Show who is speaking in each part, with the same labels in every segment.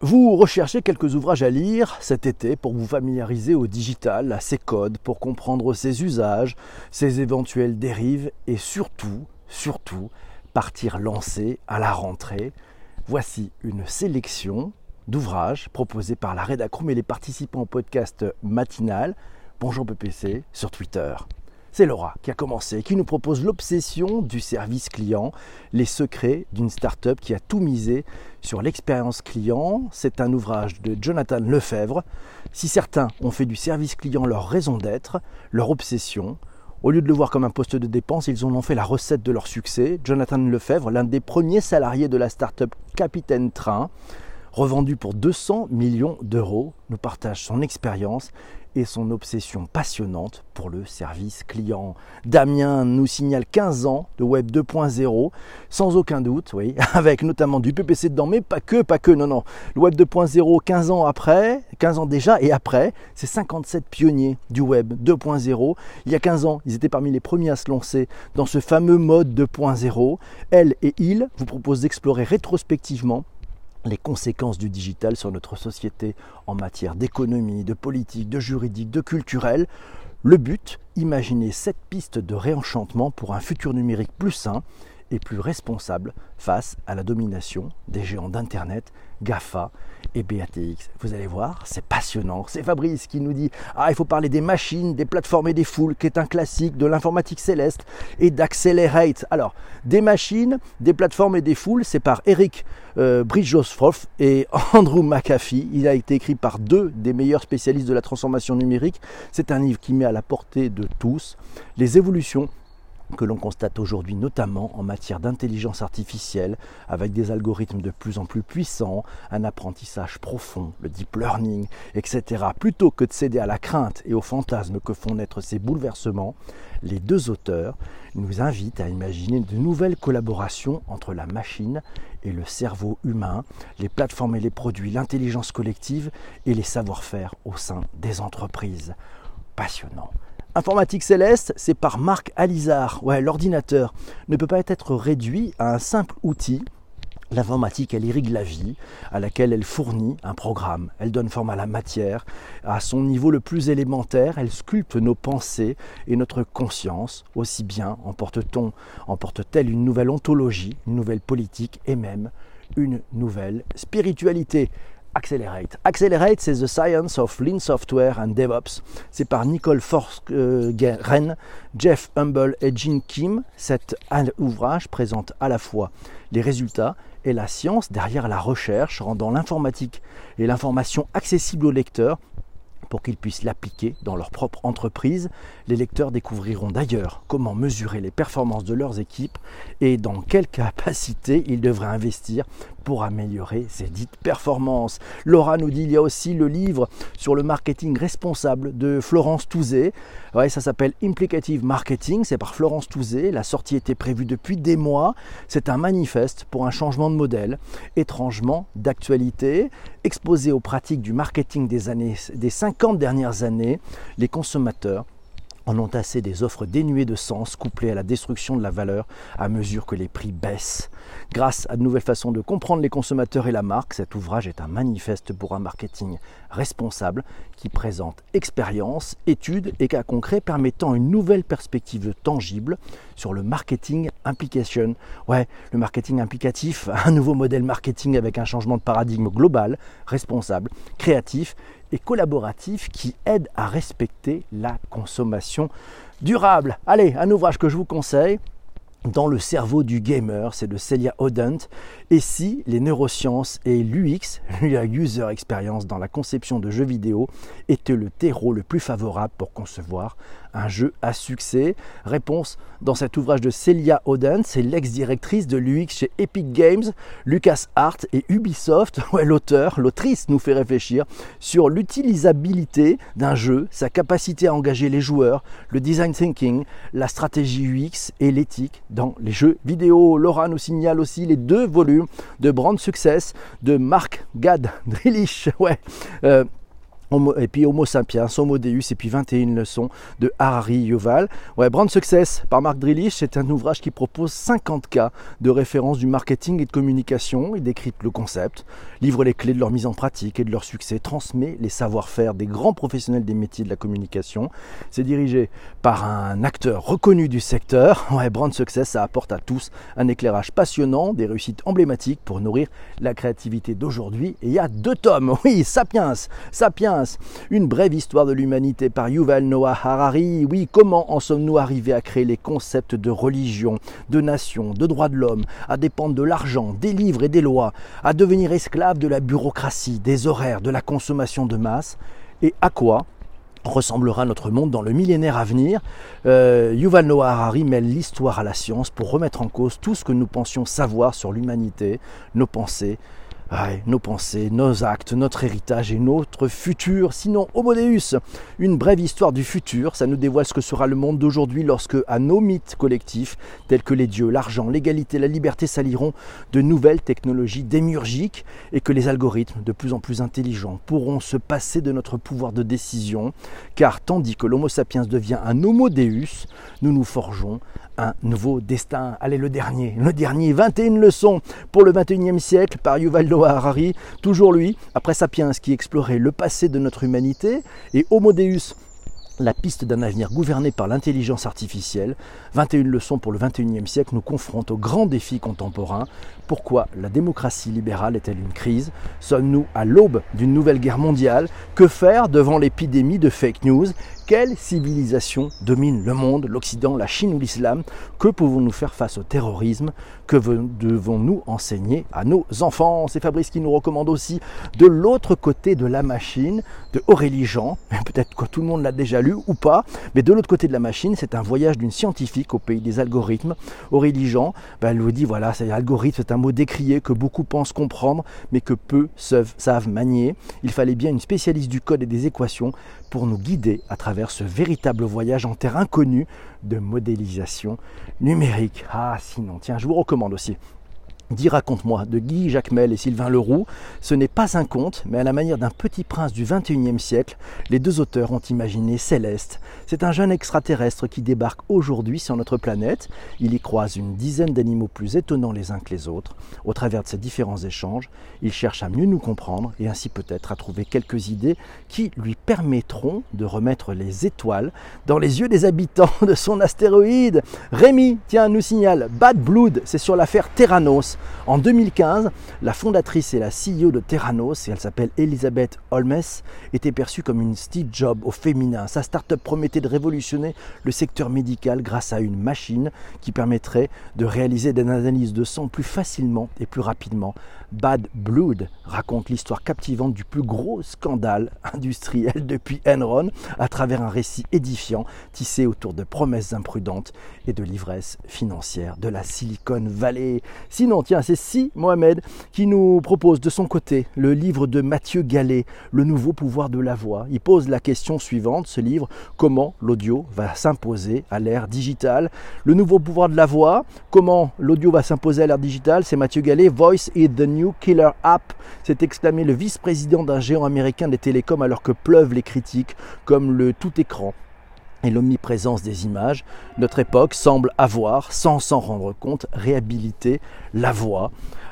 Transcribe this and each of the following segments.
Speaker 1: Vous recherchez quelques ouvrages à lire cet été pour vous familiariser au digital, à ses codes, pour comprendre ses usages, ses éventuelles dérives et surtout, partir lancé à la rentrée. Voici une sélection d'ouvrages proposés par la Rédacroom et les participants au podcast matinal. Bonjour PPC sur Twitter. C'est Laura qui a commencé, qui nous propose l'obsession du service client, les secrets d'une start-up qui a tout misé sur l'expérience client. C'est un ouvrage de Jonathan Lefebvre. Si certains ont fait du service client leur raison d'être, leur obsession, au lieu de le voir comme un poste de dépense, ils en ont fait la recette de leur succès. Jonathan Lefebvre, l'un des premiers salariés de la start-up Capitaine Train, revendu pour 200 millions d'euros, nous partage son expérience et son obsession passionnante pour le service client. Damien nous signale 15 ans de Web 2.0, sans aucun doute, oui, avec notamment du PPC dedans, mais pas que, non. Le Web 2.0, 15 ans après, 15 ans déjà, et après, c'est 57 pionniers du Web 2.0. Il y a 15 ans, ils étaient parmi les premiers à se lancer dans ce fameux mode 2.0. Elle et il vous proposent d'explorer rétrospectivement les conséquences du digital sur notre société en matière d'économie, de politique, de juridique, de culturel. Le but, imaginer 7 pistes de réenchantement pour un futur numérique plus sain et plus responsable face à la domination des géants d'Internet, GAFA et BATX. Vous allez voir, c'est passionnant. C'est Fabrice qui nous dit « il faut parler des machines, des plateformes et des foules, qui est un classique de l'informatique céleste et d'Accelerate ». Alors, des machines, des plateformes et des foules, c'est par Eric Bridgersworth et Andrew McAfee. Il a été écrit par 2 des meilleurs spécialistes de la transformation numérique. C'est un livre qui met à la portée de tous les évolutions que l'on constate aujourd'hui, notamment en matière d'intelligence artificielle, avec des algorithmes de plus en plus puissants, un apprentissage profond, le deep learning, etc. Plutôt que de céder à la crainte et au fantasme que font naître ces bouleversements, les 2 auteurs nous invitent à imaginer de nouvelles collaborations entre la machine et le cerveau humain, les plateformes et les produits, l'intelligence collective et les savoir-faire au sein des entreprises. Passionnant. Informatique céleste, c'est par Marc Alizard. L'ordinateur ne peut pas être réduit à un simple outil. L'informatique, elle irrigue la vie, à laquelle elle fournit un programme. Elle donne forme à la matière. À son niveau le plus élémentaire, elle sculpte nos pensées et notre conscience. Aussi bien emporte-t-elle une nouvelle ontologie, une nouvelle politique et même une nouvelle spiritualité. Accelerate, c'est The Science of Lean Software and DevOps. C'est par Nicole Forsgren, Jeff Humble et Gene Kim. Cet ouvrage présente à la fois les résultats et la science derrière la recherche, rendant l'informatique et l'information accessibles aux lecteurs pour qu'ils puissent l'appliquer dans leur propre entreprise. Les lecteurs découvriront d'ailleurs comment mesurer les performances de leurs équipes et dans quelle capacité ils devraient investir pour améliorer ces dites performances. Laura nous dit il y a aussi le livre sur le marketing responsable de Florence Touzé. Ça s'appelle Implicative Marketing, c'est par Florence Touzé. La sortie était prévue depuis des mois. C'est un manifeste pour un changement de modèle, étrangement d'actualité, exposé aux pratiques du marketing des 50 dernières années. Les consommateurs en ont assez des offres dénuées de sens couplées à la destruction de la valeur à mesure que les prix baissent. Grâce à de nouvelles façons de comprendre les consommateurs et la marque, cet ouvrage est un manifeste pour un marketing responsable qui présente expérience, études et cas concrets permettant une nouvelle perspective tangible sur le marketing implication. Le marketing implicatif, un nouveau modèle marketing avec un changement de paradigme global, responsable, créatif et collaboratif qui aide à respecter la consommation durable. Allez, un ouvrage que je vous conseille, Dans le cerveau du gamer, c'est de Celia Odent. Et si les neurosciences et l'UX, la User Experience dans la conception de jeux vidéo, étaient le terreau le plus favorable pour concevoir un jeu à succès? Réponse dans cet ouvrage de Celia Odent, c'est l'ex-directrice de l'UX chez Epic Games, LucasArts et Ubisoft. L'autrice nous fait réfléchir sur l'utilisabilité d'un jeu, sa capacité à engager les joueurs, le design thinking, la stratégie UX et l'éthique dans les jeux vidéo. Laura nous signale aussi les 2 volumes de Brand Success de Mark Gad Drillich. Et puis Homo sapiens, Homo Deus, et puis 21 leçons de Harari Yuval. Ouais, Brand Success par Mark Drillich, c'est un ouvrage qui propose 50 cas de référence du marketing et de communication. Il décrypte le concept, livre les clés de leur mise en pratique et de leur succès, transmet les savoir-faire des grands professionnels des métiers de la communication. C'est dirigé par un acteur reconnu du secteur. Ouais, Brand Success, ça apporte à tous un éclairage passionnant, des réussites emblématiques pour nourrir la créativité d'aujourd'hui. Et il y a 2 tomes, oui, Sapiens, une brève histoire de l'humanité par Yuval Noah Harari. Oui, comment en sommes-nous arrivés à créer les concepts de religion, de nation, de droits de l'homme, à dépendre de l'argent, des livres et des lois, à devenir esclaves de la bureaucratie, des horaires, de la consommation de masse, et à quoi ressemblera notre monde dans le millénaire à venir. Yuval Noah Harari mêle l'histoire à la science pour remettre en cause tout ce que nous pensions savoir sur l'humanité, nos pensées, nos actes, notre héritage et notre futur. Sinon, Homo Deus, une brève histoire du futur, ça nous dévoile ce que sera le monde d'aujourd'hui lorsque, à nos mythes collectifs, tels que les dieux, l'argent, l'égalité, la liberté, s'allieront de nouvelles technologies démiurgiques et que les algorithmes, de plus en plus intelligents, pourront se passer de notre pouvoir de décision. Car tandis que l'Homo sapiens devient un Homo Deus, nous nous forgeons un nouveau destin. Allez, le dernier, 21 leçons pour le 21e siècle par Yuval Noah Harari, toujours lui, après Sapiens qui explorait le passé de notre humanité, et Homo Deus, la piste d'un avenir gouverné par l'intelligence artificielle. 21 leçons pour le 21e siècle nous confrontent aux grands défis contemporains. Pourquoi la démocratie libérale est-elle une crise? Sommes-nous à l'aube d'une nouvelle guerre mondiale? Que faire devant l'épidémie de fake news? Quelle civilisation domine le monde, l'Occident, la Chine ou l'Islam? Que pouvons-nous faire face au terrorisme? Que devons-nous enseigner à nos enfants? C'est Fabrice qui nous recommande aussi De l'autre côté de la machine de Aurélie Jean. Peut-être que tout le monde l'a déjà lu ou pas, mais De l'autre côté de la machine, c'est un voyage d'une scientifique au pays des algorithmes. Aurélie Jean, elle nous dit voilà, algorithme, c'est un mot décrié que beaucoup pensent comprendre, mais que peu savent manier. Il fallait bien une spécialiste du code et des équations pour nous guider à travers ce véritable voyage en terre inconnue de modélisation numérique. Ah sinon, tiens, je vous recommande aussi Dis raconte-moi de Guy Jacmel et Sylvain Leroux. Ce n'est pas un conte, mais à la manière d'un petit prince du XXIe siècle, les 2 auteurs ont imaginé Céleste. C'est un jeune extraterrestre qui débarque aujourd'hui sur notre planète. Il y croise une dizaine d'animaux plus étonnants les uns que les autres. Au travers de ces différents échanges, il cherche à mieux nous comprendre et ainsi peut-être à trouver quelques idées qui lui permettront de remettre les étoiles dans les yeux des habitants de son astéroïde. Rémi, tiens, nous signale Bad Blood, c'est sur l'affaire Theranos. En 2015, la fondatrice et la CEO de Theranos, et elle s'appelle Elisabeth Holmes, était perçue comme une Steve Jobs au féminin. Sa start-up promettait de révolutionner le secteur médical grâce à une machine qui permettrait de réaliser des analyses de sang plus facilement et plus rapidement. Bad Blood raconte l'histoire captivante du plus gros scandale industriel depuis Enron à travers un récit édifiant tissé autour de promesses imprudentes et de l'ivresse financière de la Silicon Valley. Sinon, tiens, c'est Si Mohamed qui nous propose de son côté le livre de Mathieu Gallet, Le nouveau pouvoir de la voix. Il pose la question suivante, ce livre, comment l'audio va s'imposer à l'ère digitale? Le nouveau pouvoir de la voix, comment l'audio va s'imposer à l'ère digitale? C'est Mathieu Gallet, Voice is the new killer app, s'est exclamé le vice-président d'un géant américain des télécoms alors que pleuvent les critiques comme le tout écran et l'omniprésence des images. Notre époque semble avoir, sans s'en rendre compte, réhabilité la voix,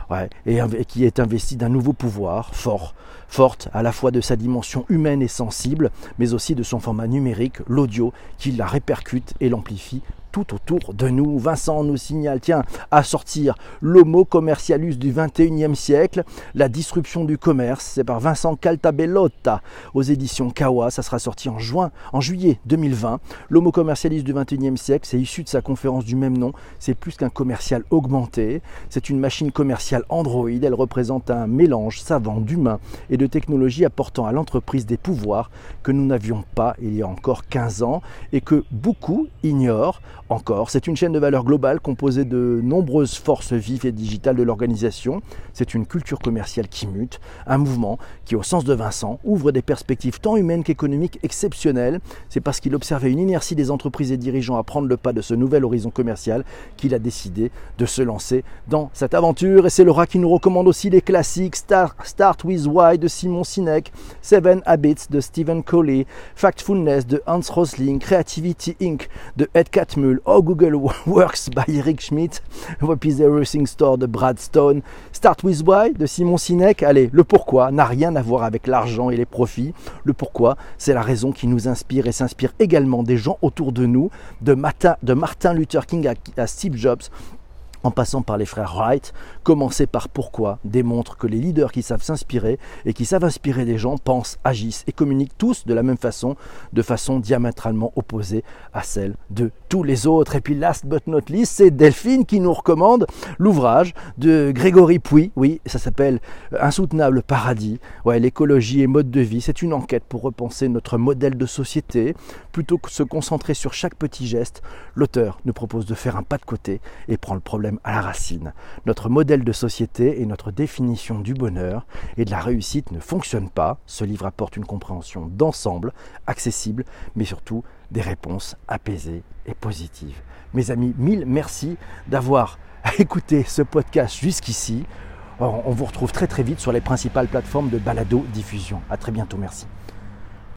Speaker 1: et qui est investie d'un nouveau pouvoir forte à la fois de sa dimension humaine et sensible, mais aussi de son format numérique, l'audio, qui la répercute et l'amplifie tout autour de nous. Vincent nous signale, tiens, à sortir l'Homo commercialus du 21e siècle, la disruption du commerce, c'est par Vincent Caltabellotta aux éditions Kawa, ça sera sorti en juillet 2020. L'Homo commercialus du 21e siècle, c'est issu de sa conférence du même nom, c'est plus qu'un commercial augmenté, c'est une machine commerciale Android, elle représente un mélange savant d'humain et de technologie apportant à l'entreprise des pouvoirs que nous n'avions pas il y a encore 15 ans et que beaucoup ignorent. encore. C'est une chaîne de valeur globale composée de nombreuses forces vives et digitales de l'organisation. C'est une culture commerciale qui mute, un mouvement qui, au sens de Vincent, ouvre des perspectives tant humaines qu'économiques exceptionnelles. C'est parce qu'il observait une inertie des entreprises et dirigeants à prendre le pas de ce nouvel horizon commercial qu'il a décidé de se lancer dans cette aventure. Et c'est Laura qui nous recommande aussi les classiques Start with Why de Simon Sinek, Seven Habits de Stephen Covey, Factfulness de Hans Rosling, Creativity Inc. de Ed Catmull, How Google Works by Eric Schmidt, What is Everything Store de Brad Stone, Start with Why de Simon Sinek. Allez, le pourquoi n'a rien à voir avec l'argent et les profits. Le pourquoi, c'est la raison qui nous inspire et s'inspire également des gens autour de nous, de Martin Luther King à Steve Jobs, en passant par les frères Wright. Commencer par pourquoi démontre que les leaders qui savent s'inspirer et qui savent inspirer des gens pensent, agissent et communiquent tous de la même façon, de façon diamétralement opposée à celle de tous les autres. Et puis last but not least, c'est Delphine qui nous recommande l'ouvrage de Grégory Puy. Oui, ça s'appelle Insoutenable paradis. Ouais, l'écologie et mode de vie, c'est une enquête pour repenser notre modèle de société. Plutôt que de se concentrer sur chaque petit geste, l'auteur nous propose de faire un pas de côté et prend le problème à la racine. Notre modèle de société et notre définition du bonheur et de la réussite ne fonctionnent pas. Ce livre apporte une compréhension d'ensemble, accessible, mais surtout des réponses apaisées et positives. Mes amis, mille merci d'avoir écouté ce podcast jusqu'ici. On vous retrouve très vite sur les principales plateformes de balado-diffusion. À très bientôt, merci.